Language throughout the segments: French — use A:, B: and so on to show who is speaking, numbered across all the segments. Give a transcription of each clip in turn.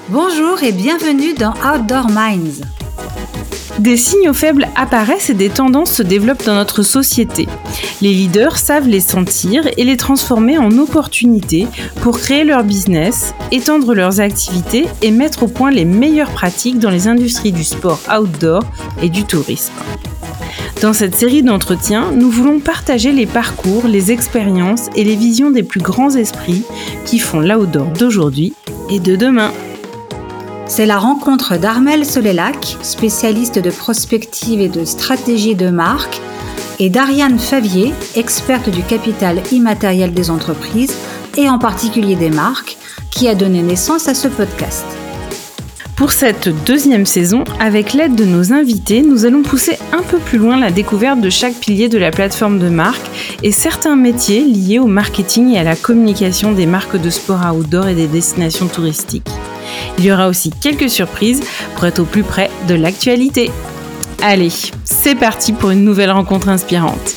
A: Bonjour et bienvenue dans Outdoor Minds.
B: Des signaux faibles apparaissent et des tendances se développent dans notre société. Les leaders savent les sentir et les transformer en opportunités pour créer leur business, étendre leurs activités et mettre au point les meilleures pratiques dans les industries du sport outdoor et du tourisme. Dans cette série d'entretiens, nous voulons partager les parcours, les expériences et les visions des plus grands esprits qui font l'outdoor d'aujourd'hui et de demain.
A: C'est la rencontre d'Armelle Solélac, spécialiste de prospective et de stratégie de marque, et d'Ariane Favier, experte du capital immatériel des entreprises et en particulier des marques, qui a donné naissance à ce podcast.
B: Pour cette deuxième saison, avec l'aide de nos invités, nous allons pousser un peu plus loin la découverte de chaque pilier de la plateforme de marque et certains métiers liés au marketing et à la communication des marques de sport outdoor et des destinations touristiques. Il y aura aussi quelques surprises pour être au plus près de l'actualité. Allez, c'est parti pour une nouvelle rencontre inspirante.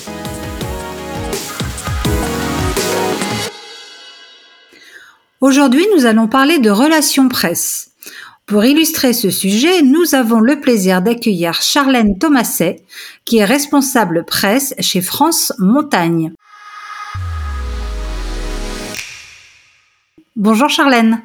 A: Aujourd'hui, nous allons parler de relations presse. Pour illustrer ce sujet, nous avons le plaisir d'accueillir Charlène Thomasset, qui est responsable presse chez France Montagne. Bonjour Charlène.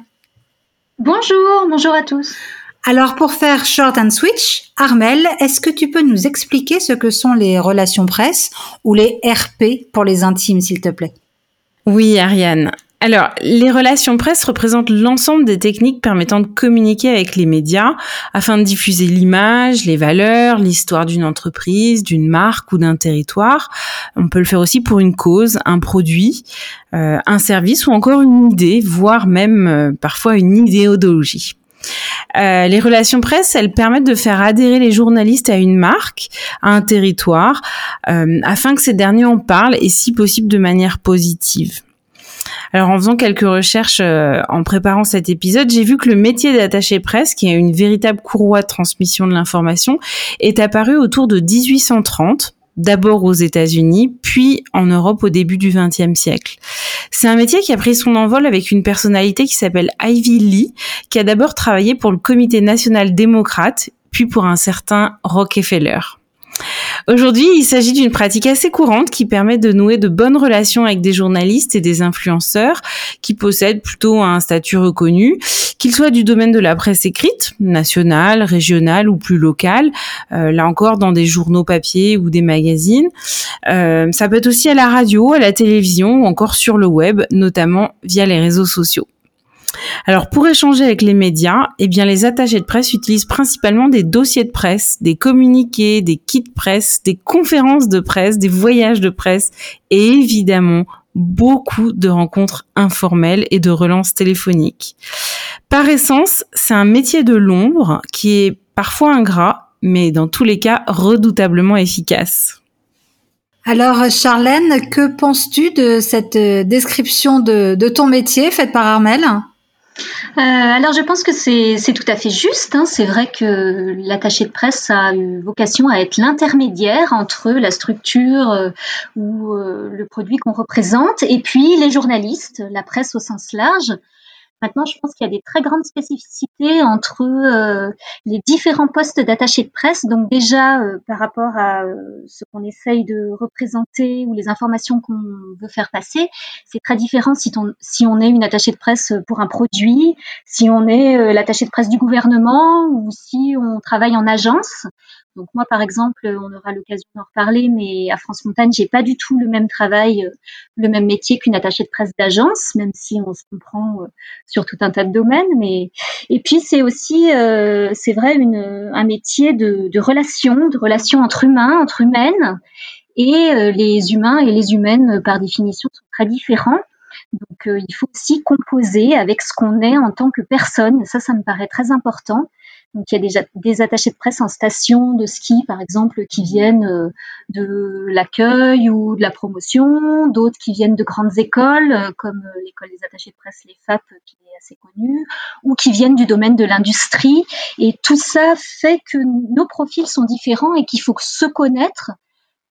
C: Bonjour à tous.
A: Alors pour faire short and switch, Armelle, est-ce que tu peux nous expliquer ce que sont les relations presse ou les RP pour les intimes, s'il te plaît ?
B: Oui, Ariane. Alors, les relations presse représentent l'ensemble des techniques permettant de communiquer avec les médias afin de diffuser l'image, les valeurs, l'histoire d'une entreprise, d'une marque ou d'un territoire. On peut le faire aussi pour une cause, un produit, un service ou encore une idée, voire même parfois une idéologie. Les relations presse, elles permettent de faire adhérer les journalistes à une marque, à un territoire, afin que ces derniers en parlent et si possible de manière positive. Alors, en faisant quelques recherches en préparant cet épisode, j'ai vu que le métier d'attaché presse, qui est une véritable courroie de transmission de l'information, est apparu autour de 1830, d'abord aux États-Unis, puis en Europe au début du XXe siècle. C'est un métier qui a pris son envol avec une personnalité qui s'appelle Ivy Lee, qui a d'abord travaillé pour le Comité national démocrate, puis pour un certain Rockefeller. Aujourd'hui, il s'agit d'une pratique assez courante qui permet de nouer de bonnes relations avec des journalistes et des influenceurs qui possèdent plutôt un statut reconnu, qu'ils soient du domaine de la presse écrite, nationale, régionale ou plus locale, là encore dans des journaux papier ou des magazines. Ça peut être aussi à la radio, à la télévision ou encore sur le web, notamment via les réseaux sociaux. Alors, pour échanger avec les médias, les attachés de presse utilisent principalement des dossiers de presse, des communiqués, des kits presse, des conférences de presse, des voyages de presse et évidemment beaucoup de rencontres informelles et de relances téléphoniques. Par essence, c'est un métier de l'ombre qui est parfois ingrat, mais dans tous les cas redoutablement efficace.
A: Alors Charlène, que penses-tu de cette description de ton métier faite par Armelle ?
C: Alors je pense que c'est tout à fait juste. C'est vrai que l'attaché de presse a eu vocation à être l'intermédiaire entre la structure ou le produit qu'on représente et puis les journalistes, la presse au sens large. Maintenant, je pense qu'il y a des très grandes spécificités entre les différents postes d'attaché de presse. Donc déjà, par rapport à ce qu'on essaye de représenter ou les informations qu'on veut faire passer, c'est très différent si on est une attachée de presse pour un produit, si on est l'attaché de presse du gouvernement ou si on travaille en agence. Donc moi, par exemple, on aura l'occasion d'en reparler, mais à France Montagne, j'ai pas du tout le même travail, le même métier qu'une attachée de presse d'agence, même si on se comprend sur tout un tas de domaines. Et puis c'est aussi, c'est vrai, un métier de relations entre humains, entre humaines, et les humains et les humaines, par définition, sont très différents. Donc il faut aussi composer avec ce qu'on est en tant que personne. Ça me paraît très important. Donc il y a déjà des attachés de presse en station de ski, par exemple, qui viennent de l'accueil ou de la promotion, d'autres qui viennent de grandes écoles, comme l'école des attachés de presse, les FAP, qui est assez connue, ou qui viennent du domaine de l'industrie. Et tout ça fait que nos profils sont différents et qu'il faut se connaître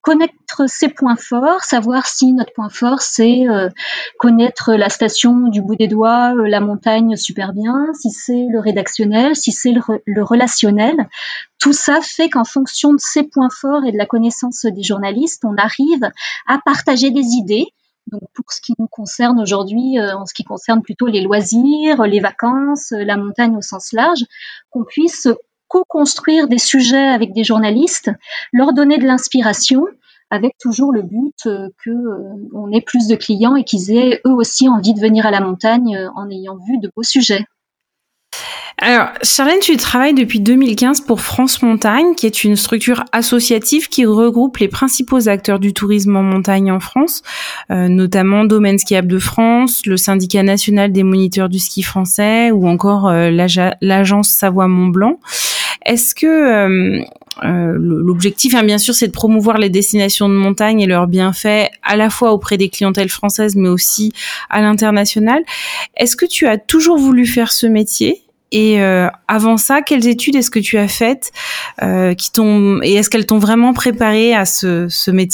C: connaître ses points forts, savoir si notre point fort c'est connaître la station du bout des doigts, la montagne super bien, si c'est le rédactionnel, si c'est le relationnel. Tout ça fait qu'en fonction de ces points forts et de la connaissance des journalistes, on arrive à partager des idées. Donc pour ce qui nous concerne aujourd'hui, en ce qui concerne plutôt les loisirs, les vacances, la montagne au sens large, qu'on puisse co-construire des sujets avec des journalistes, leur donner de l'inspiration, avec toujours le but qu'on ait plus de clients et qu'ils aient eux aussi envie de venir à la montagne en ayant vu de beaux sujets.
B: Alors, Charlène, tu travailles depuis 2015 pour France Montagne, qui est une structure associative qui regroupe les principaux acteurs du tourisme en montagne en France, notamment Domaine Skiable de France, le Syndicat national des moniteurs du ski français ou encore l'agence Savoie-Mont-Blanc. Est-ce que l'objectif, bien sûr, c'est de promouvoir les destinations de montagne et leurs bienfaits à la fois auprès des clientèles françaises, mais aussi à l'international. Est-ce que tu as toujours voulu faire ce métier ? Et avant ça, quelles études est-ce que tu as faites et est-ce qu'elles t'ont vraiment préparée à ce métier-là ?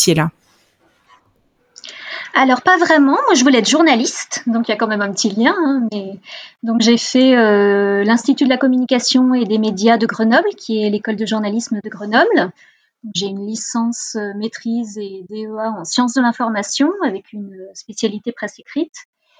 C: Alors pas vraiment, moi je voulais être journaliste, donc il y a quand même un petit lien. Donc j'ai fait l'Institut de la communication et des médias de Grenoble, qui est l'école de journalisme de Grenoble. J'ai une licence maîtrise et DEA en sciences de l'information avec une spécialité presse écrite.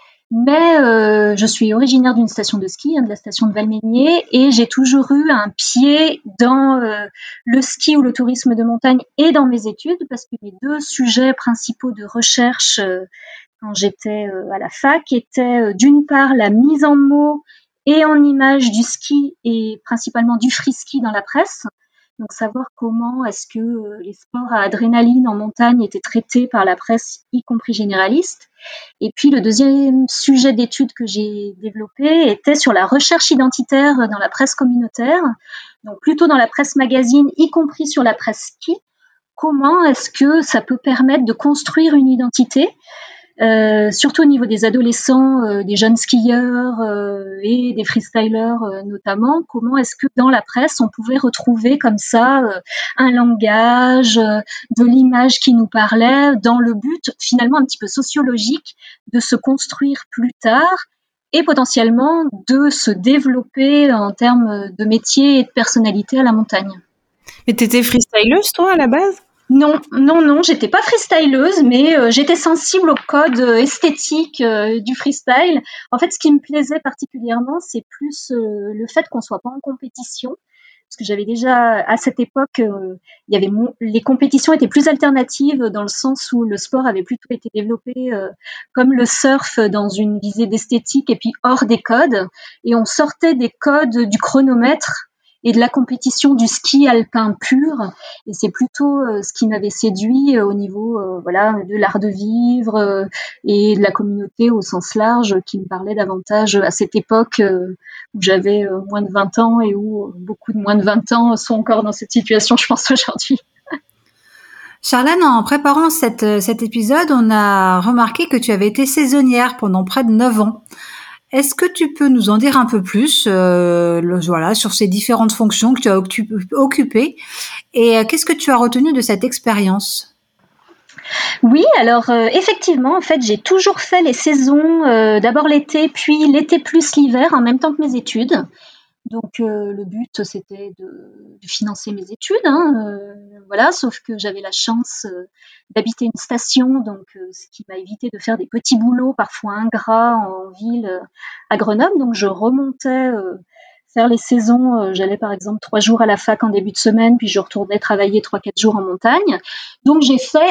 C: Mais je suis originaire d'une station de ski, de la station de Valménier, et j'ai toujours eu un pied dans le ski ou le tourisme de montagne et dans mes études, parce que mes deux sujets principaux de recherche quand j'étais à la fac étaient d'une part la mise en mots et en images du ski et principalement du free ski dans la presse. Donc savoir comment est-ce que les sports à adrénaline en montagne étaient traités par la presse, y compris généraliste. Et puis le deuxième sujet d'étude que j'ai développé était sur la recherche identitaire dans la presse communautaire, donc plutôt dans la presse magazine, y compris sur la presse ski. Comment est-ce que ça peut permettre de construire une identité, surtout au niveau des adolescents, des jeunes skieurs et des freestylers notamment. Comment est-ce que dans la presse, on pouvait retrouver comme ça un langage, de l'image qui nous parlait, dans le but finalement un petit peu sociologique de se construire plus tard et potentiellement de se développer en termes de métier et de personnalité à la montagne.
B: Mais t'étais freestyleuse, toi, à la base ?
C: Non, j'étais pas freestyleuse, mais j'étais sensible au code esthétique du freestyle. En fait, ce qui me plaisait particulièrement, c'est plus le fait qu'on soit pas en compétition, parce que j'avais déjà à cette époque, les compétitions étaient plus alternatives dans le sens où le sport avait plutôt été développé comme le surf dans une visée d'esthétique et puis hors des codes, et on sortait des codes du chronomètre et de la compétition du ski alpin pur, et c'est plutôt ce qui m'avait séduit au niveau de l'art de vivre et de la communauté au sens large, qui me parlait davantage à cette époque où j'avais moins de 20 ans et où beaucoup de moins de 20 ans sont encore dans cette situation, je pense, aujourd'hui.
A: Charlène, en préparant cet épisode, on a remarqué que tu avais été saisonnière pendant près de 9 ans. Est-ce que tu peux nous en dire un peu plus sur ces différentes fonctions que tu as occupées et qu'est-ce que tu as retenu de cette expérience ?
C: Oui, alors effectivement, en fait, j'ai toujours fait les saisons, d'abord l'été, puis l'été plus l'hiver, en même temps que mes études. Donc le but, c'était de financer mes études, sauf que j'avais la chance d'habiter une station, donc ce qui m'a évité de faire des petits boulots parfois ingrats en ville à Grenoble. Donc je remontais faire les saisons, j'allais par exemple 3 jours à la fac en début de semaine, puis je retournais travailler 3-4 jours en montagne. Donc j'ai fait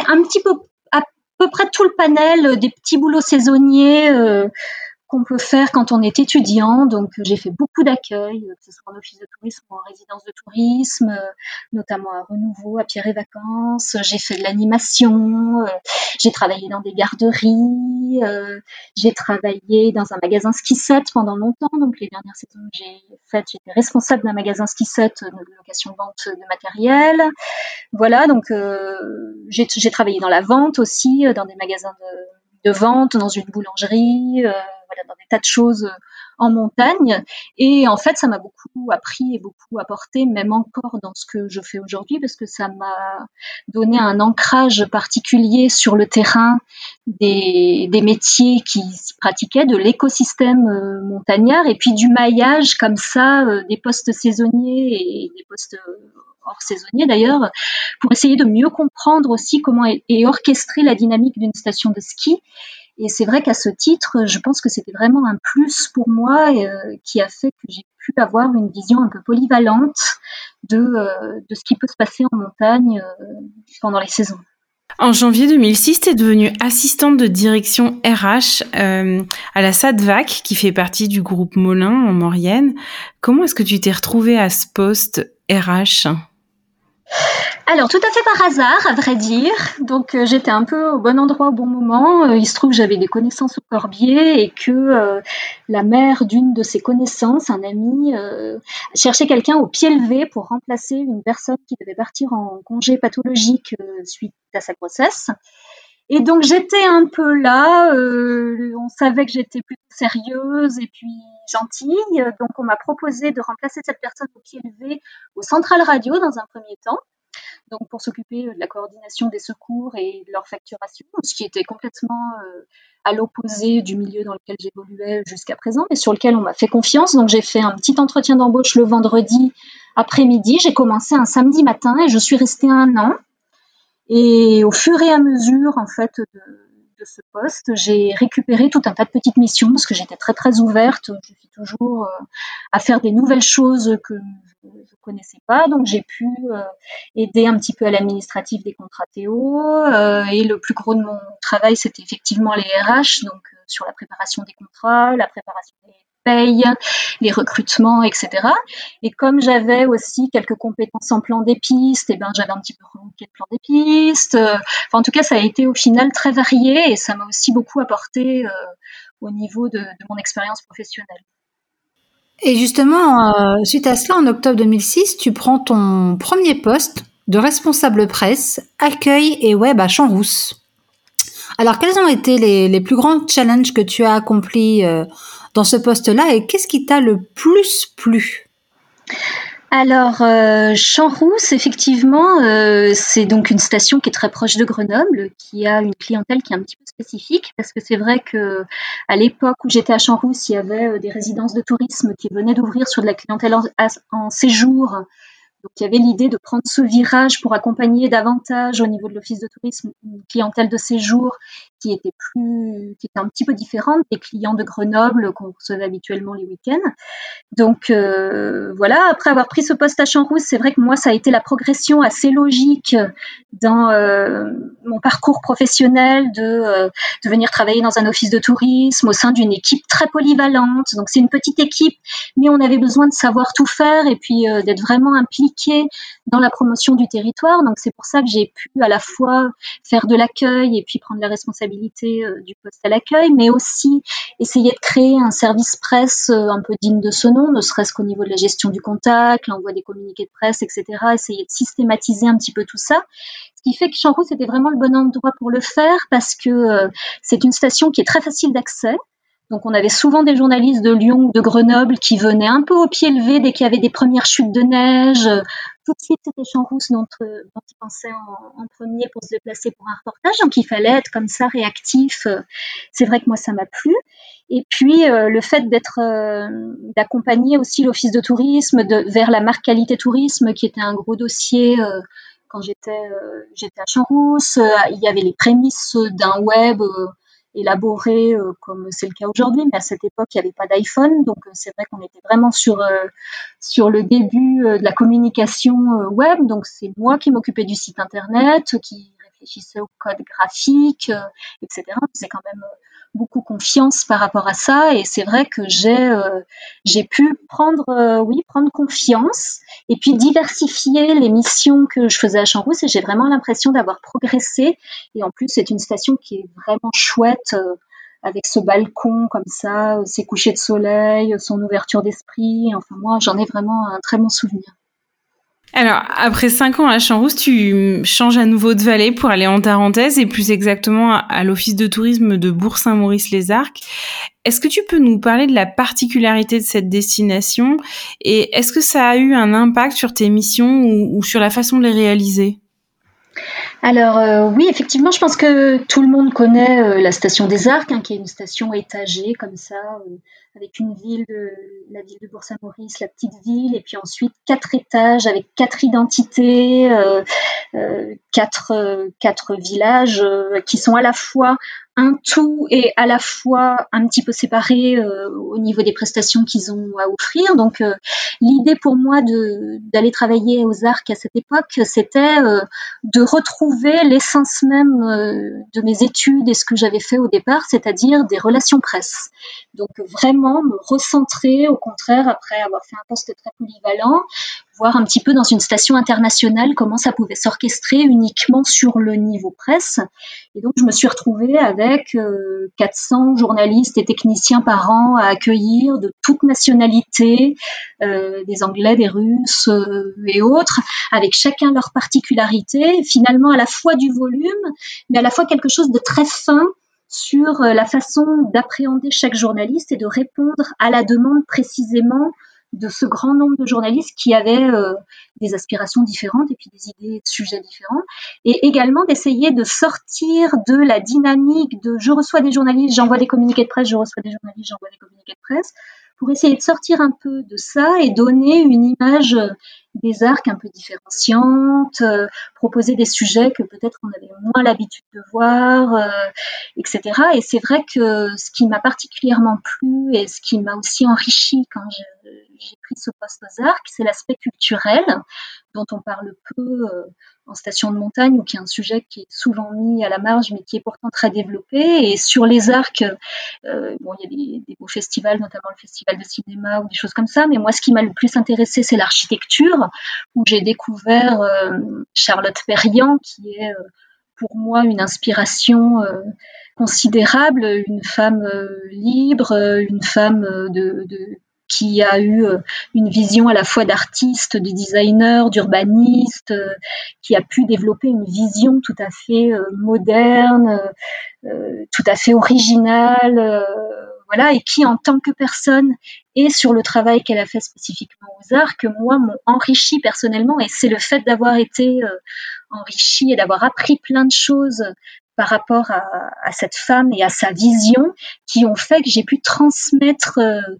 C: à peu près tout le panel des petits boulots saisonniers qu'on peut faire quand on est étudiant. Donc j'ai fait beaucoup d'accueil, que ce soit en office de tourisme ou en résidence de tourisme, notamment à Renouveau, à Pierre et Vacances. J'ai fait de l'animation, j'ai travaillé dans des garderies, j'ai travaillé dans un magasin ski set pendant longtemps. Donc les dernières saisons que j'ai faites, j'étais responsable d'un magasin ski set de location-vente de matériel. Voilà, donc j'ai travaillé dans la vente aussi, dans des magasins de vente, dans une boulangerie, dans des tas de choses en montagne. Et en fait, ça m'a beaucoup appris et beaucoup apporté, même encore dans ce que je fais aujourd'hui, parce que ça m'a donné un ancrage particulier sur le terrain des métiers qui s'y pratiquaient, de l'écosystème montagnard, et puis du maillage comme ça, des postes saisonniers et des postes hors saisonniers d'ailleurs, pour essayer de mieux comprendre aussi comment est orchestrée la dynamique d'une station de ski. Et c'est vrai qu'à ce titre, je pense que c'était vraiment un plus pour moi qui a fait que j'ai pu avoir une vision un peu polyvalente de ce qui peut se passer en montagne pendant les saisons.
B: En janvier 2006, tu es devenue assistante de direction RH à la SADVAC, qui fait partie du groupe Molin en Maurienne. Comment est-ce que tu t'es retrouvée à ce poste RH ?
C: Alors, tout à fait par hasard, à vrai dire. Donc, j'étais un peu au bon endroit au bon moment. Il se trouve que j'avais des connaissances au Corbier et que la mère d'une de ses connaissances, un ami, cherchait quelqu'un au pied levé pour remplacer une personne qui devait partir en congé pathologique suite à sa grossesse. Et donc, j'étais un peu là. On savait que j'étais plutôt sérieuse et puis gentille. Donc, on m'a proposé de remplacer cette personne au pied levé au Central Radio dans un premier temps. Donc pour s'occuper de la coordination des secours et de leur facturation, ce qui était complètement à l'opposé du milieu dans lequel j'évoluais jusqu'à présent, mais sur lequel on m'a fait confiance. Donc j'ai fait un petit entretien d'embauche le vendredi après-midi, j'ai commencé un samedi matin et je suis restée 1 an. Et au fur et à mesure, en fait, de ce poste, j'ai récupéré tout un tas de petites missions parce que j'étais très très ouverte. Je suis toujours à faire des nouvelles choses que je ne connaissais pas, donc j'ai pu aider un petit peu à l'administratif des contrats Théo. Et le plus gros de mon travail, c'était effectivement les RH, donc sur la préparation des contrats, la préparation des payes, les recrutements, etc. Et comme j'avais aussi quelques compétences en plan des pistes, et ben j'avais un petit peu remonté le plan des pistes. Enfin, en tout cas, ça a été au final très varié et ça m'a aussi beaucoup apporté au niveau de mon expérience professionnelle.
A: Et justement, suite à cela, en octobre 2006, tu prends ton premier poste de responsable presse, accueil et web à Champs-Rousse. Alors, quels ont été les plus grands challenges que tu as accomplis dans ce poste-là et qu'est-ce qui t'a le plus plu ?
C: Alors, Champs-Rousse, effectivement, c'est donc une station qui est très proche de Grenoble, qui a une clientèle qui est un petit peu spécifique, parce que c'est vrai que à l'époque où j'étais à Champs-Rousse, il y avait des résidences de tourisme qui venaient d'ouvrir sur de la clientèle en séjour. Donc, il y avait l'idée de prendre ce virage pour accompagner davantage au niveau de l'office de tourisme une clientèle de séjour qui était un petit peu différente des clients de Grenoble qu'on recevait habituellement les week-ends. Donc voilà, après avoir pris ce poste à Champs-Rousse, c'est vrai que moi, ça a été la progression assez logique dans mon parcours professionnel de venir travailler dans un office de tourisme au sein d'une équipe très polyvalente. Donc c'est une petite équipe, mais on avait besoin de savoir tout faire et puis d'être vraiment impliqué dans la promotion du territoire. Donc c'est pour ça que j'ai pu à la fois faire de l'accueil et puis prendre la responsabilité du poste à l'accueil, mais aussi essayer de créer un service presse un peu digne de ce nom, ne serait-ce qu'au niveau de la gestion du contact, l'envoi des communiqués de presse, etc. Essayer de systématiser un petit peu tout ça. Ce qui fait que Champs-Rousse c'était vraiment le bon endroit pour le faire parce que c'est une station qui est très facile d'accès. Donc on avait souvent des journalistes de Lyon ou de Grenoble qui venaient un peu au pied levé dès qu'il y avait des premières chutes de neige. Tout de suite, c'était Champs-Rousse dont ils pensaient en premier pour se déplacer pour un reportage. Donc il fallait être comme ça réactif. C'est vrai que moi, ça m'a plu. Et puis le fait d'accompagner aussi l'office de tourisme vers la marque Qualité Tourisme, qui était un gros dossier quand j'étais à Champs-Rousse. Il y avait les prémices d'un web élaboré comme c'est le cas aujourd'hui, mais à cette époque, il n'y avait pas d'iPhone, donc c'est vrai qu'on était vraiment sur le début de la communication web. Donc c'est moi qui m'occupais du site internet, qui réfléchissais au code graphique, etc. C'est quand même beaucoup confiance par rapport à ça, et c'est vrai que j'ai pu prendre confiance et puis diversifier les missions que je faisais à Champs-Rousse, et j'ai vraiment l'impression d'avoir progressé. Et en plus, c'est une station qui est vraiment chouette, avec ce balcon comme ça, ses couchers de soleil, son ouverture d'esprit. Enfin, moi, j'en ai vraiment un très bon souvenir.
B: Alors, après 5 ans à Champs-Rousse, tu changes à nouveau de vallée pour aller en Tarentaise et plus exactement à l'office de tourisme de Bourg-Saint-Maurice-les-Arcs. Est-ce que tu peux nous parler de la particularité de cette destination et est-ce que ça a eu un impact sur tes missions ou sur la façon de les réaliser?
C: Alors oui, effectivement, je pense que tout le monde connaît la station des Arcs, hein, qui est une station étagée comme ça, avec la ville de Bourg-Saint-Maurice, la petite ville, et puis ensuite 4 étages avec 4 identités, quatre villages qui sont à la fois un tout et à la fois un petit peu séparés au niveau des prestations qu'ils ont à offrir. Donc l'idée pour moi d'aller travailler aux Arcs à cette époque, c'était de retrouver l'essence même de mes études et ce que j'avais fait au départ, c'est-à-dire des relations presse. Donc vraiment me recentrer, au contraire, après avoir fait un poste très polyvalent, voir un petit peu dans une station internationale comment ça pouvait s'orchestrer uniquement sur le niveau presse. Et donc je me suis retrouvée avec 400 journalistes et techniciens par an à accueillir de toutes nationalités, des Anglais, des Russes et autres, avec chacun leur particularité, finalement à la fois du volume, mais à la fois quelque chose de très fin sur la façon d'appréhender chaque journaliste et de répondre à la demande précisément de ce grand nombre de journalistes qui avaient des aspirations différentes et puis des idées de sujets différents, et également d'essayer de sortir de la dynamique de je reçois des journalistes, j'envoie des communiqués de presse, je reçois des journalistes, j'envoie des communiqués de presse, pour essayer de sortir un peu de ça et donner une image des Arcs un peu différenciante, proposer des sujets que peut-être on avait moins l'habitude de voir, etc. Et c'est vrai que ce qui m'a particulièrement plu et ce qui m'a aussi enrichi quand j'ai pris ce poste aux Arcs, c'est l'aspect culturel dont on parle peu en station de montagne, ou qui est un sujet qui est souvent mis à la marge, mais qui est pourtant très développé. Et sur les Arcs, bon, il y a des beaux festivals, notamment le festival de cinéma ou des choses comme ça. Mais moi, ce qui m'a le plus intéressé, c'est l'architecture, où j'ai découvert Charlotte Perriand, qui est pour moi une inspiration considérable, une femme libre, une femme qui a eu une vision à la fois d'artiste, de designer, d'urbaniste, qui a pu développer une vision tout à fait moderne, tout à fait originale, voilà, et qui, en tant que personne et sur le travail qu'elle a fait spécifiquement aux Arts, que moi, m'ont enrichi personnellement. Et c'est le fait d'avoir été enrichi et d'avoir appris plein de choses par rapport à cette femme et à sa vision, qui ont fait que j'ai pu transmettre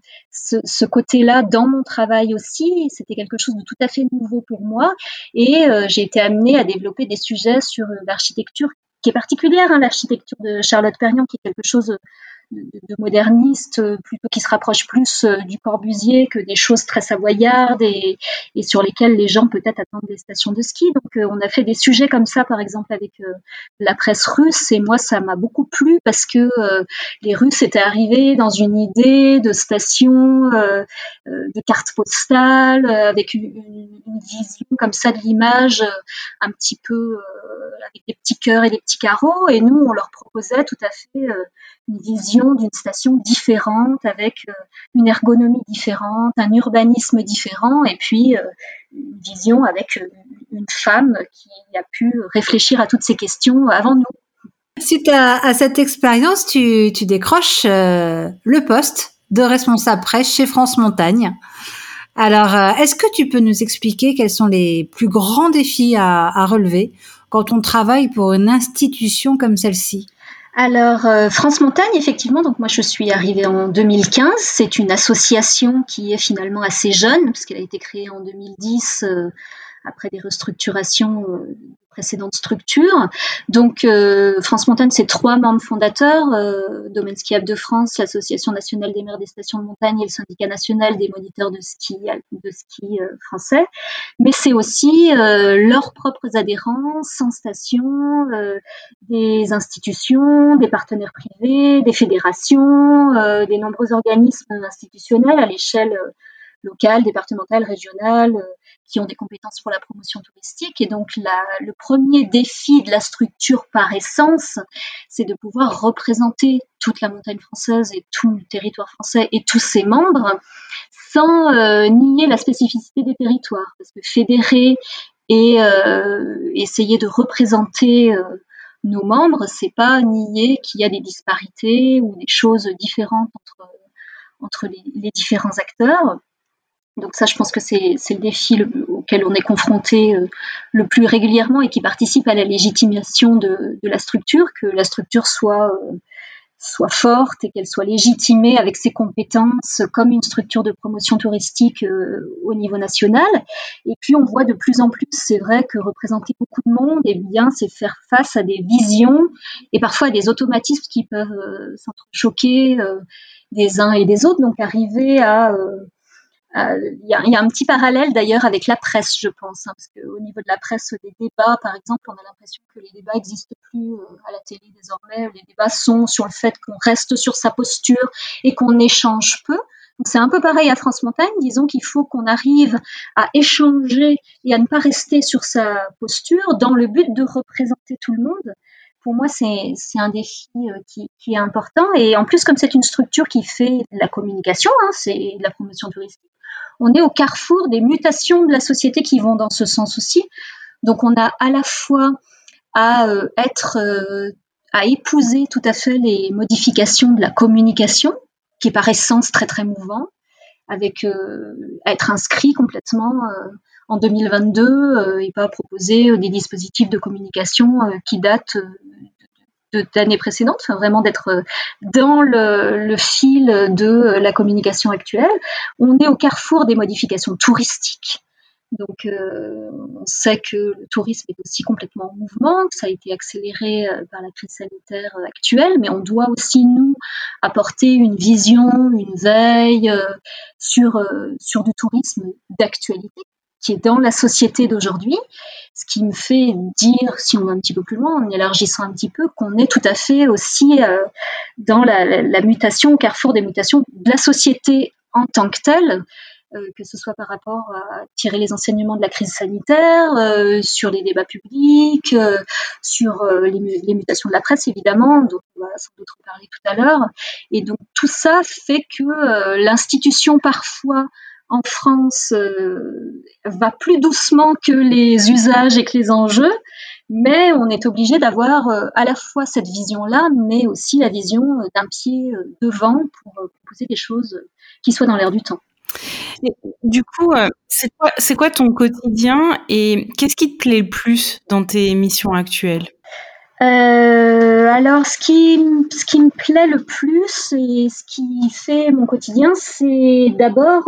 C: ce côté-là dans mon travail aussi. C'était quelque chose de tout à fait nouveau pour moi, et j'ai été amenée à développer des sujets sur l'architecture qui est particulière, hein, l'architecture de Charlotte Perriand, qui est quelque chose de moderniste, plutôt qui se rapproche plus du Corbusier que des choses très savoyardes, et sur lesquelles les gens peut-être attendent des stations de ski. Donc on a fait des sujets comme ça, par exemple avec la presse russe, et moi ça m'a beaucoup plu parce que les Russes étaient arrivés dans une idée de station, de carte postale, avec une vision comme ça de l'image, un petit peu avec des petits cœurs et des petits carreaux, et nous on leur proposait tout à fait une vision d'une station différente, avec une ergonomie différente, un urbanisme différent, et puis une vision avec une femme qui a pu réfléchir à toutes ces questions avant nous.
A: Suite à cette expérience, tu décroches le poste de responsable presse chez France Montagne. Alors, est-ce que tu peux nous expliquer quels sont les plus grands défis à relever quand on travaille pour une institution comme celle-ci?
C: Alors, France Montagne, effectivement, donc moi je suis arrivée en 2015. C'est une association qui est finalement assez jeune, puisqu'elle a été créée en 2010 après des restructurations de précédentes structures. Donc, France Montagne, c'est 3 membres fondateurs, Domaine skiable de France, l'Association nationale des maires des stations de montagne et le Syndicat national des moniteurs de ski français. Mais c'est aussi leurs propres adhérents, 100 stations, des institutions, des partenaires privés, des fédérations, des nombreux organismes institutionnels à l'échelle locales, départementales, régionales, qui ont des compétences pour la promotion touristique. Et donc, le premier défi de la structure par essence, c'est de pouvoir représenter toute la montagne française et tout le territoire français et tous ses membres sans nier la spécificité des territoires. Parce que fédérer et essayer de représenter nos membres, c'est pas nier qu'il y a des disparités ou des choses différentes entre les différents acteurs. Donc ça, je pense que c'est le défi auquel on est confronté le plus régulièrement et qui participe à la légitimation de la structure, que la structure soit forte et qu'elle soit légitimée avec ses compétences comme une structure de promotion touristique au niveau national. Et puis on voit de plus en plus, c'est vrai que représenter beaucoup de monde, eh bien, c'est faire face à des visions et parfois à des automatismes qui peuvent s'entrechoquer des uns et des autres. Donc arriver à il y a un petit parallèle d'ailleurs avec la presse, je pense, parce qu'au niveau de la presse, les débats, par exemple, on a l'impression que les débats n'existent plus à la télé désormais. Les débats sont sur le fait qu'on reste sur sa posture et qu'on échange peu. Donc c'est un peu pareil à France Montagne. Disons qu'il faut qu'on arrive à échanger et à ne pas rester sur sa posture dans le but de représenter tout le monde. Pour moi, c'est un défi qui est important. Et en plus, comme c'est une structure qui fait de la communication, c'est de la promotion touristique, on est au carrefour des mutations de la société qui vont dans ce sens aussi. Donc, on a à la fois à épouser tout à fait les modifications de la communication, qui est par essence très, très mouvant, avec à être inscrit complètement en 2022 et pas proposer des dispositifs de communication qui datent d'années précédentes, enfin vraiment d'être dans le fil de la communication actuelle. On est au carrefour des modifications touristiques. Donc, on sait que le tourisme est aussi complètement en mouvement, que ça a été accéléré par la crise sanitaire actuelle, mais on doit aussi, nous, apporter une vision, une veille sur du tourisme d'actualité qui est dans la société d'aujourd'hui, ce qui me fait dire, si on va un petit peu plus loin, en élargissant un petit peu, qu'on est tout à fait aussi dans la mutation, au carrefour des mutations de la société en tant que telle, que ce soit par rapport à tirer les enseignements de la crise sanitaire, sur les débats publics, sur les mutations de la presse, évidemment, dont on va sans doute reparler tout à l'heure. Et donc tout ça fait que l'institution, parfois, en France, va plus doucement que les usages et que les enjeux, mais on est obligé d'avoir à la fois cette vision-là, mais aussi la vision d'un pied devant pour proposer des choses qui soient dans l'air du temps.
B: Et du coup, c'est quoi ton quotidien et qu'est-ce qui te plaît le plus dans tes missions actuelles ?
C: Alors, ce qui me plaît le plus et ce qui fait mon quotidien, c'est d'abord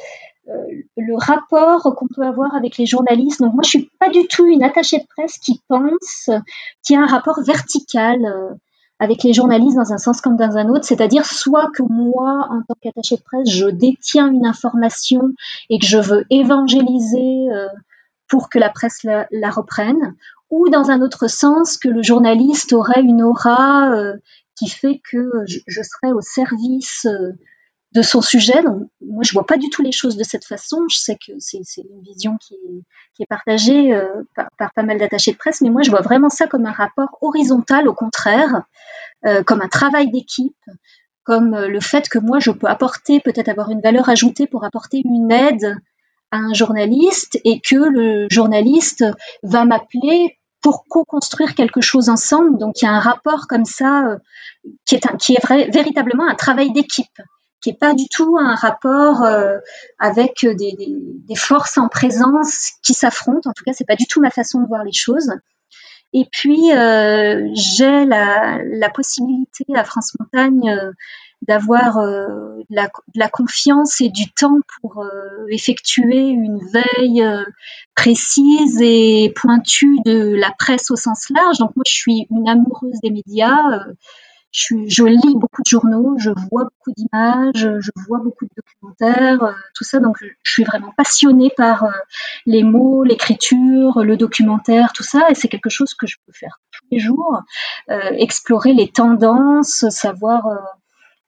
C: le rapport qu'on peut avoir avec les journalistes. Donc moi, je suis pas du tout une attachée de presse qui pense qu'il y a un rapport vertical avec les journalistes dans un sens comme dans un autre, c'est-à-dire soit que moi, en tant qu'attachée de presse, je détiens une information et que je veux évangéliser pour que la presse la reprenne, ou dans un autre sens, que le journaliste aurait une aura qui fait que je serais au service de son sujet. Donc, moi, je vois pas du tout les choses de cette façon. Je sais que c'est une vision qui est partagée par pas mal d'attachés de presse, mais moi, je vois vraiment ça comme un rapport horizontal, au contraire, comme un travail d'équipe, comme le fait que moi, je peux apporter, peut-être avoir une valeur ajoutée pour apporter une aide à un journaliste et que le journaliste va m'appeler pour co-construire quelque chose ensemble. Donc, il y a un rapport comme ça qui est véritablement un travail d'équipe, qui est pas du tout un rapport avec des forces en présence qui s'affrontent. En tout cas, c'est pas du tout ma façon de voir les choses. Et puis, j'ai la possibilité à France Montagne d'avoir de la confiance et du temps pour effectuer une veille précise et pointue de la presse au sens large. Donc moi, je suis une amoureuse des médias. Je lis beaucoup de journaux, je vois beaucoup d'images, je vois beaucoup de documentaires, tout ça. Donc, je suis vraiment passionnée par les mots, l'écriture, le documentaire, tout ça. Et c'est quelque chose que je peux faire tous les jours. Explorer les tendances, savoir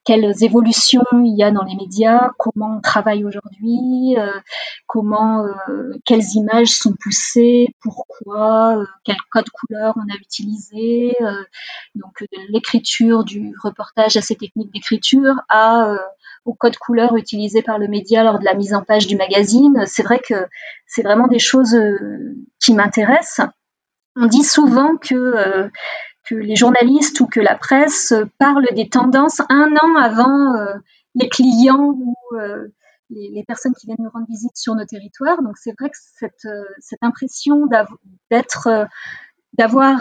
C: quelles évolutions il y a dans les médias, comment on travaille aujourd'hui, quelles images sont poussées, pourquoi, quel code couleur on a utilisé, donc de l'écriture du reportage à ses techniques d'écriture au code couleur utilisé par le média lors de la mise en page du magazine. C'est vrai que c'est vraiment des choses qui m'intéressent. On dit souvent que les journalistes ou que la presse parlent des tendances un an avant les clients ou les personnes qui viennent nous rendre visite sur nos territoires. Donc c'est vrai que cette impression d'avoir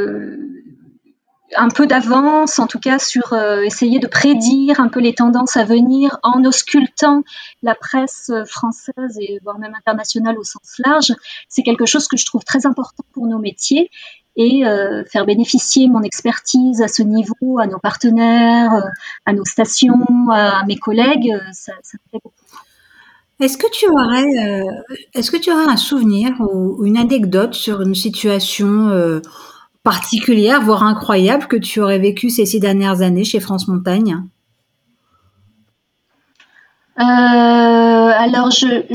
C: un peu d'avance, en tout cas sur essayer de prédire un peu les tendances à venir en auscultant la presse française et voire même internationale au sens large, c'est quelque chose que je trouve très important pour nos métiers et faire bénéficier mon expertise à ce niveau à nos partenaires, à nos stations, à mes collègues, ça me plaît beaucoup.
A: Est-ce que tu aurais un souvenir ou une anecdote sur une situation particulière, voire incroyable, que tu aurais vécu ces 6 dernières années chez France Montagne?
C: Alors,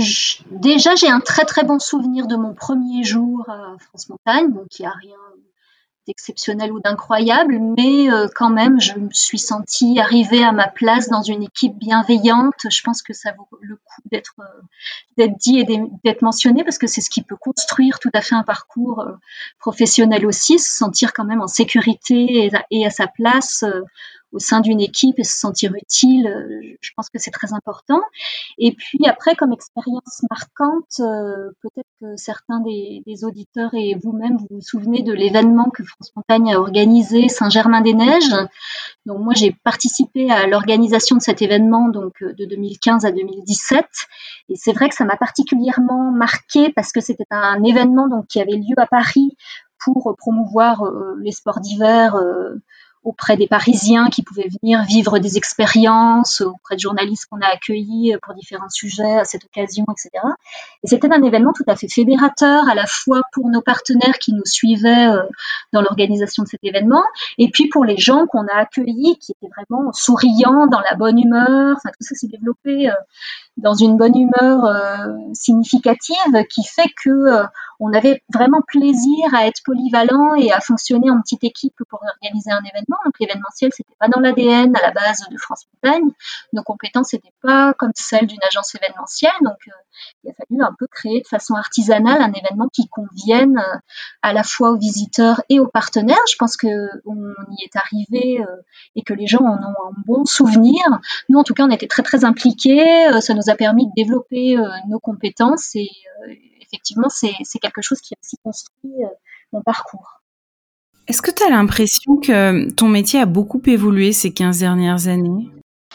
C: déjà, j'ai un très très bon souvenir de mon premier jour à France Montagne, donc il n'y a rien d'exceptionnel ou d'incroyable, mais quand même, je me suis sentie arriver à ma place dans une équipe bienveillante. Je pense que ça vaut le coup d'être dit et d'être mentionné parce que c'est ce qui peut construire tout à fait un parcours professionnel aussi, se sentir quand même en sécurité et à sa place au sein d'une équipe et se sentir utile. Je pense que c'est très important. Et puis après, comme expérience marquante, peut-être que certains des auditeurs et vous-même vous souvenez de l'événement que France Montagne a organisé, Saint-Germain-des-Neiges. Donc moi, j'ai participé à l'organisation de cet événement donc de 2015 à 2017. Et c'est vrai que ça m'a particulièrement marqué parce que c'était un événement donc qui avait lieu à Paris pour promouvoir les sports d'hiver auprès des Parisiens qui pouvaient venir vivre des expériences, auprès de journalistes qu'on a accueillis pour différents sujets à cette occasion, etc. Et c'était un événement tout à fait fédérateur, à la fois pour nos partenaires qui nous suivaient dans l'organisation de cet événement, et puis pour les gens qu'on a accueillis, qui étaient vraiment souriants, dans la bonne humeur. Enfin, tout ça s'est développé dans une bonne humeur significative qui fait que on avait vraiment plaisir à être polyvalent et à fonctionner en petite équipe pour organiser un événement. Donc l'événementiel, c'était pas dans l'ADN à la base de France Montagne. Nos compétences n'étaient pas comme celles d'une agence événementielle. Donc il a fallu un peu créer de façon artisanale un événement qui convienne à la fois aux visiteurs et aux partenaires. Je pense qu'on y est arrivé et que les gens en ont un bon souvenir. Nous, en tout cas, on était très très impliqués. Ça nous a permis de développer nos compétences et effectivement, c'est quelque chose qui a aussi construit mon parcours.
B: Est-ce que tu as l'impression que ton métier a beaucoup évolué ces 15 dernières années ?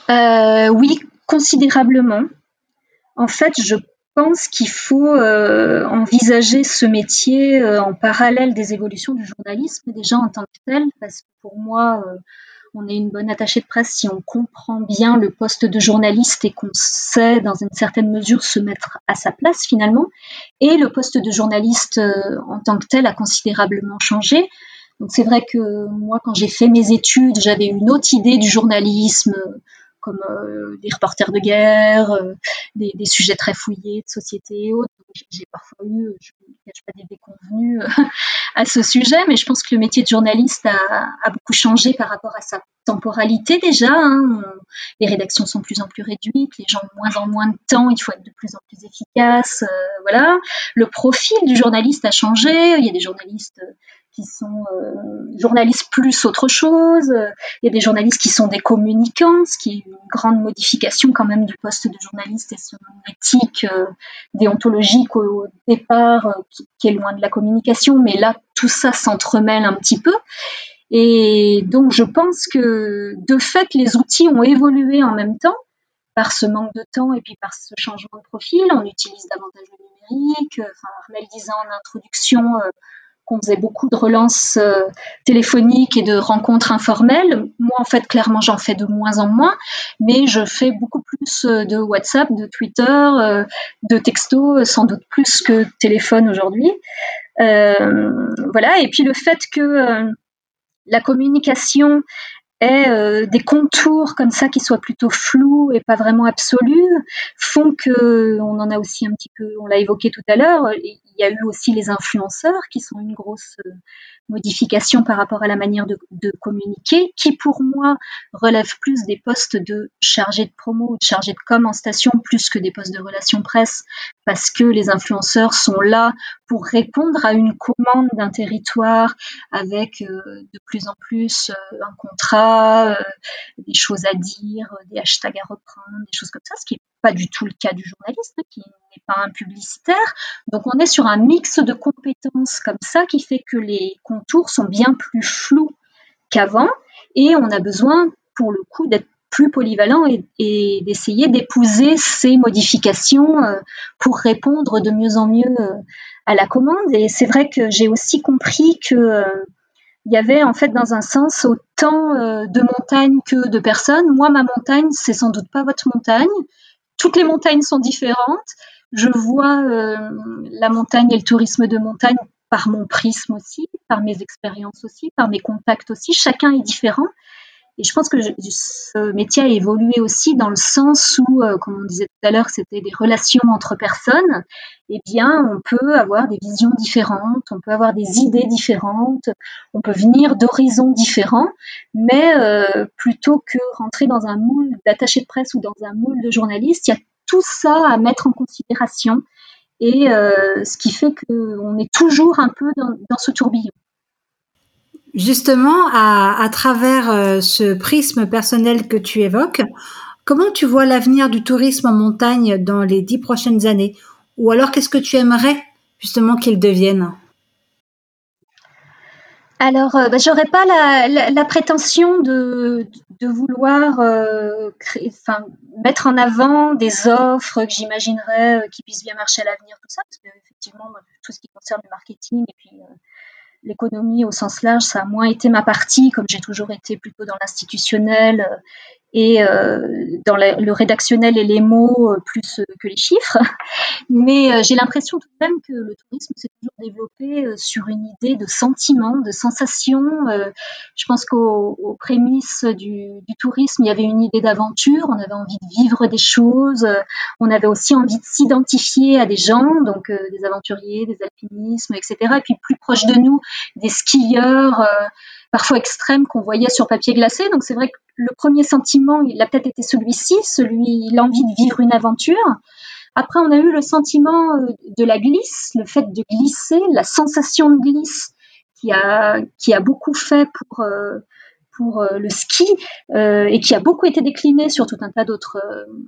C: Oui, considérablement. En fait, je pense qu'il faut envisager ce métier en parallèle des évolutions du journalisme déjà en tant que tel, parce que pour moi, on est une bonne attachée de presse si on comprend bien le poste de journaliste et qu'on sait dans une certaine mesure se mettre à sa place finalement. Et le poste de journaliste en tant que tel a considérablement changé. Donc c'est vrai que moi, quand j'ai fait mes études, j'avais une autre idée du journalisme, comme des reporters de guerre, des sujets très fouillés de société et autres. J'ai parfois eu, je ne cache pas, des déconvenues à ce sujet, mais je pense que le métier de journaliste a beaucoup changé par rapport à sa temporalité déjà. Les rédactions sont de plus en plus réduites, les gens ont moins en moins de temps, il faut être de plus en plus efficace. Voilà. Le profil du journaliste a changé, il y a des journalistes qui sont journalistes plus autre chose, il y a des journalistes qui sont des communicants, ce qui est une grande modification quand même du poste de journaliste et son éthique déontologique au départ, qui est loin de la communication, mais là, tout ça s'entremêle un petit peu. Et donc, je pense que, de fait, les outils ont évolué en même temps, par ce manque de temps et puis par ce changement de profil. On utilise davantage le numérique. Armelle disait en introduction qu'on faisait beaucoup de relances téléphoniques et de rencontres informelles. Moi, en fait, clairement, j'en fais de moins en moins, mais je fais beaucoup plus de WhatsApp, de Twitter, de texto, sans doute plus que téléphone aujourd'hui. Voilà. Et puis le fait que la communication ait des contours comme ça qui soient plutôt flous et pas vraiment absolus, font que, on en a aussi un petit peu, on l'a évoqué tout à l'heure, il y a eu aussi les influenceurs qui sont une grosse modification par rapport à la manière de communiquer, qui pour moi relèvent plus des postes de chargé de promo ou de chargé de com en station, plus que des postes de relations presse, parce que les influenceurs sont là pour répondre à une commande d'un territoire avec de plus en plus un contrat, des choses à dire, des hashtags à reprendre, des choses comme ça, ce qui n'est pas du tout le cas du journaliste, qui n'est pas un publicitaire. Donc on est sur un mix de compétences comme ça qui fait que les contours sont bien plus flous qu'avant et on a besoin pour le coup d'être plus polyvalent et d'essayer d'épouser ces modifications pour répondre de mieux en mieux à la commande. Et c'est vrai que j'ai aussi compris que il y avait en fait dans un sens autant de montagnes que de personnes. Moi, ma montagne, c'est sans doute pas votre montagne. Toutes les montagnes sont différentes. Je vois la montagne et le tourisme de montagne par mon prisme aussi, par mes expériences aussi, par mes contacts aussi. Chacun est différent. Et je pense que ce métier a évolué aussi dans le sens où, comme on disait tout à l'heure, c'était des relations entre personnes. Eh bien, on peut avoir des visions différentes, on peut avoir des idées différentes, on peut venir d'horizons différents, mais plutôt que rentrer dans un moule d'attaché de presse ou dans un moule de journaliste, il y a tout ça à mettre en considération et ce qui fait qu'on est toujours un peu dans ce tourbillon.
A: Justement, à travers ce prisme personnel que tu évoques, comment tu vois l'avenir du tourisme en montagne dans les 10 prochaines années? Ou alors, qu'est-ce que tu aimerais justement qu'il devienne?
C: Alors, j'aurais pas la prétention de vouloir mettre en avant des offres que j'imaginerais qui puissent bien marcher à l'avenir, tout ça, parce qu'effectivement, tout ce qui concerne le marketing et puis l'économie au sens large, ça a moins été ma partie, comme j'ai toujours été plutôt dans l'institutionnel et dans le rédactionnel et les mots plus que les chiffres. Mais j'ai l'impression tout de même que le tourisme s'est toujours développé sur une idée de sentiment, de sensation. Je pense qu'aux prémices du tourisme, il y avait une idée d'aventure, on avait envie de vivre des choses, on avait aussi envie de s'identifier à des gens, donc des aventuriers, des alpinismes, etc. Et puis plus proche de nous, des skieurs, parfois extrêmes qu'on voyait sur papier glacé. Donc c'est vrai que le premier sentiment, il a peut-être été celui-ci, l'envie de vivre une aventure. Après, on a eu le sentiment de la glisse, le fait de glisser, la sensation de glisse qui a beaucoup fait pour le ski et qui a beaucoup été décliné sur tout un tas d'autres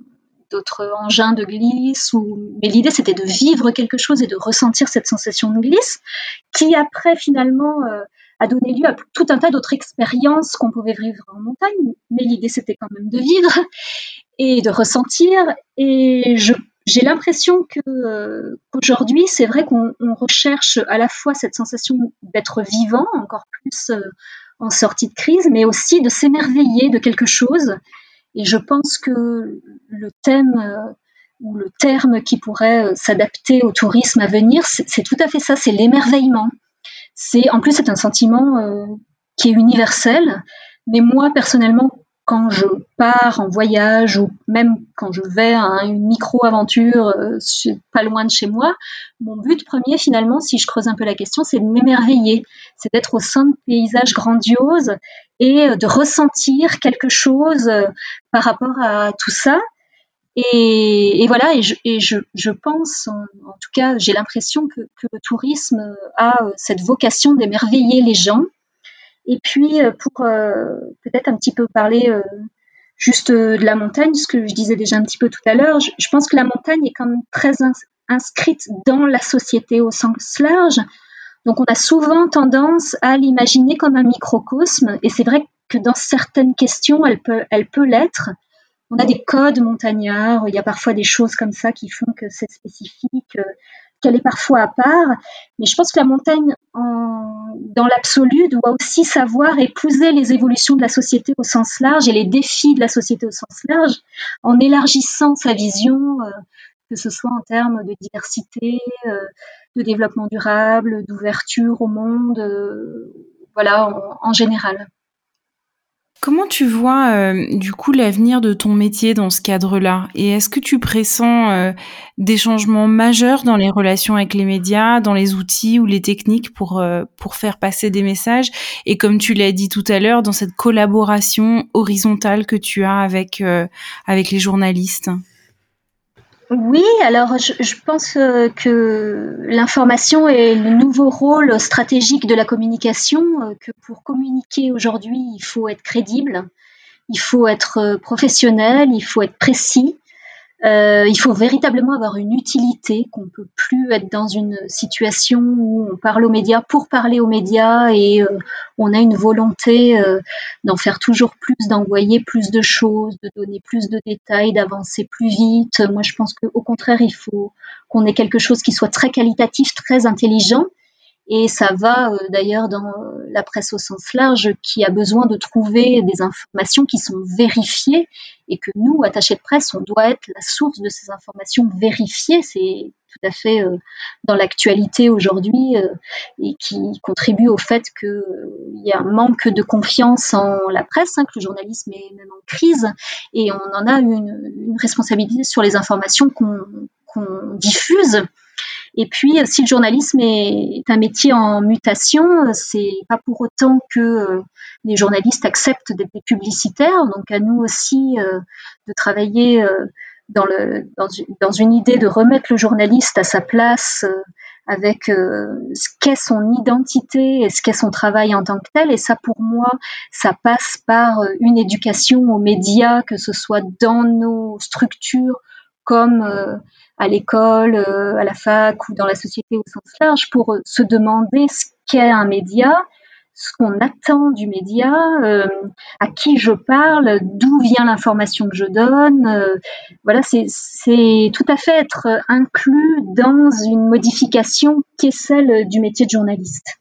C: engins de glisse. Mais l'idée, c'était de vivre quelque chose et de ressentir cette sensation de glisse qui, après, finalement, a donné lieu à tout un tas d'autres expériences qu'on pouvait vivre en montagne. Mais l'idée, c'était quand même de vivre et de ressentir. Et j'ai l'impression qu'aujourd'hui, c'est vrai qu'on recherche à la fois cette sensation d'être vivant, encore plus en sortie de crise, mais aussi de s'émerveiller de quelque chose. Et je pense que le thème ou le terme qui pourrait s'adapter au tourisme à venir, c'est tout à fait ça, c'est l'émerveillement. En plus, c'est un sentiment qui est universel. Mais moi, personnellement, quand je pars en voyage ou même quand je vais à une micro-aventure pas loin de chez moi, mon but premier, finalement, si je creuse un peu la question, c'est de m'émerveiller. C'est d'être au sein de paysages grandioses et de ressentir quelque chose par rapport à tout ça. Et voilà, et je pense, en tout cas, j'ai l'impression que le tourisme a cette vocation d'émerveiller les gens. Et puis, pour peut-être un petit peu parler juste de la montagne, ce que je disais déjà un petit peu tout à l'heure, je pense que la montagne est quand même très inscrite dans la société au sens large. Donc, on a souvent tendance à l'imaginer comme un microcosme. Et c'est vrai que dans certaines questions, elle peut l'être. On a des codes montagnards, il y a parfois des choses comme ça qui font que c'est spécifique, qu'elle est parfois à part. Mais je pense que la montagne, dans l'absolu, doit aussi savoir épouser les évolutions de la société au sens large et les défis de la société au sens large, en élargissant sa vision, que ce soit en termes de diversité, de développement durable, d'ouverture au monde, voilà, en général.
B: Comment tu vois du coup l'avenir de ton métier dans ce cadre-là? Et est-ce que tu pressens des changements majeurs dans les relations avec les médias, dans les outils ou les techniques pour faire passer des messages? Et comme tu l'as dit tout à l'heure, dans cette collaboration horizontale que tu as avec les journalistes?
C: Oui, alors je pense que l'information est le nouveau rôle stratégique de la communication, que pour communiquer aujourd'hui, il faut être crédible, il faut être professionnel, il faut être précis. Il faut véritablement avoir une utilité, qu'on ne peut plus être dans une situation où on parle aux médias pour parler aux médias et on a une volonté d'en faire toujours plus, d'envoyer plus de choses, de donner plus de détails, d'avancer plus vite. Moi, je pense qu'au contraire, il faut qu'on ait quelque chose qui soit très qualitatif, très intelligent. Et ça va d'ailleurs dans la presse au sens large, qui a besoin de trouver des informations qui sont vérifiées, et que nous, attachés de presse, on doit être la source de ces informations vérifiées. C'est tout à fait dans l'actualité aujourd'hui et qui contribue au fait qu'il y a un manque de confiance en la presse, que le journalisme est même en crise, et on en a une responsabilité sur les informations qu'on diffuse. Et puis, si le journalisme est un métier en mutation, c'est pas pour autant que les journalistes acceptent d'être des publicitaires. Donc, à nous aussi de travailler dans une idée de remettre le journaliste à sa place avec ce qu'est son identité et ce qu'est son travail en tant que tel. Et ça, pour moi, ça passe par une éducation aux médias, que ce soit dans nos structures comme à l'école, à la fac ou dans la société au sens large, pour se demander ce qu'est un média, ce qu'on attend du média, à qui je parle, d'où vient l'information que je donne. Voilà, c'est tout à fait être inclus dans une modification qui est celle du métier de journaliste.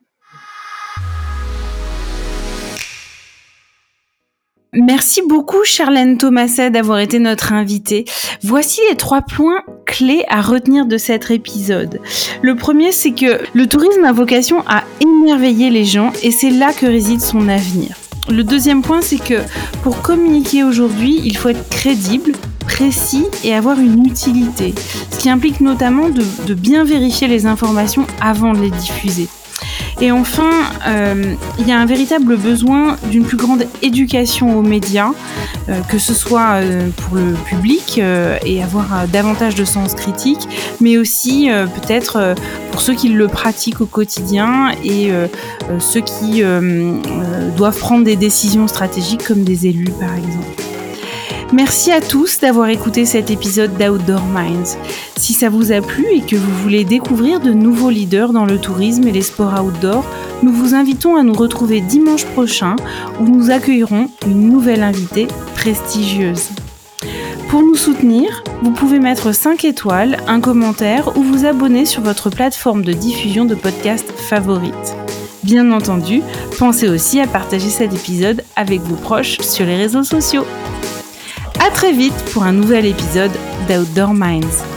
B: Merci beaucoup Charlène Thomaset d'avoir été notre invitée. Voici les 3 points clés à retenir de cet épisode. Le premier, c'est que le tourisme a vocation à émerveiller les gens et c'est là que réside son avenir. Le deuxième point, c'est que pour communiquer aujourd'hui, il faut être crédible, précis et avoir une utilité, ce qui implique notamment de bien vérifier les informations avant de les diffuser. Et enfin, il y a un véritable besoin d'une plus grande éducation aux médias, que ce soit pour le public et avoir davantage de sens critique, mais aussi peut-être pour ceux qui le pratiquent au quotidien et ceux qui doivent prendre des décisions stratégiques comme des élus par exemple. Merci à tous d'avoir écouté cet épisode d'Outdoor Minds. Si ça vous a plu et que vous voulez découvrir de nouveaux leaders dans le tourisme et les sports outdoor, nous vous invitons à nous retrouver dimanche prochain où nous accueillerons une nouvelle invitée prestigieuse. Pour nous soutenir, vous pouvez mettre 5 étoiles, un commentaire ou vous abonner sur votre plateforme de diffusion de podcasts favorite. Bien entendu, pensez aussi à partager cet épisode avec vos proches sur les réseaux sociaux. À très vite pour un nouvel épisode d'Outdoor Minds.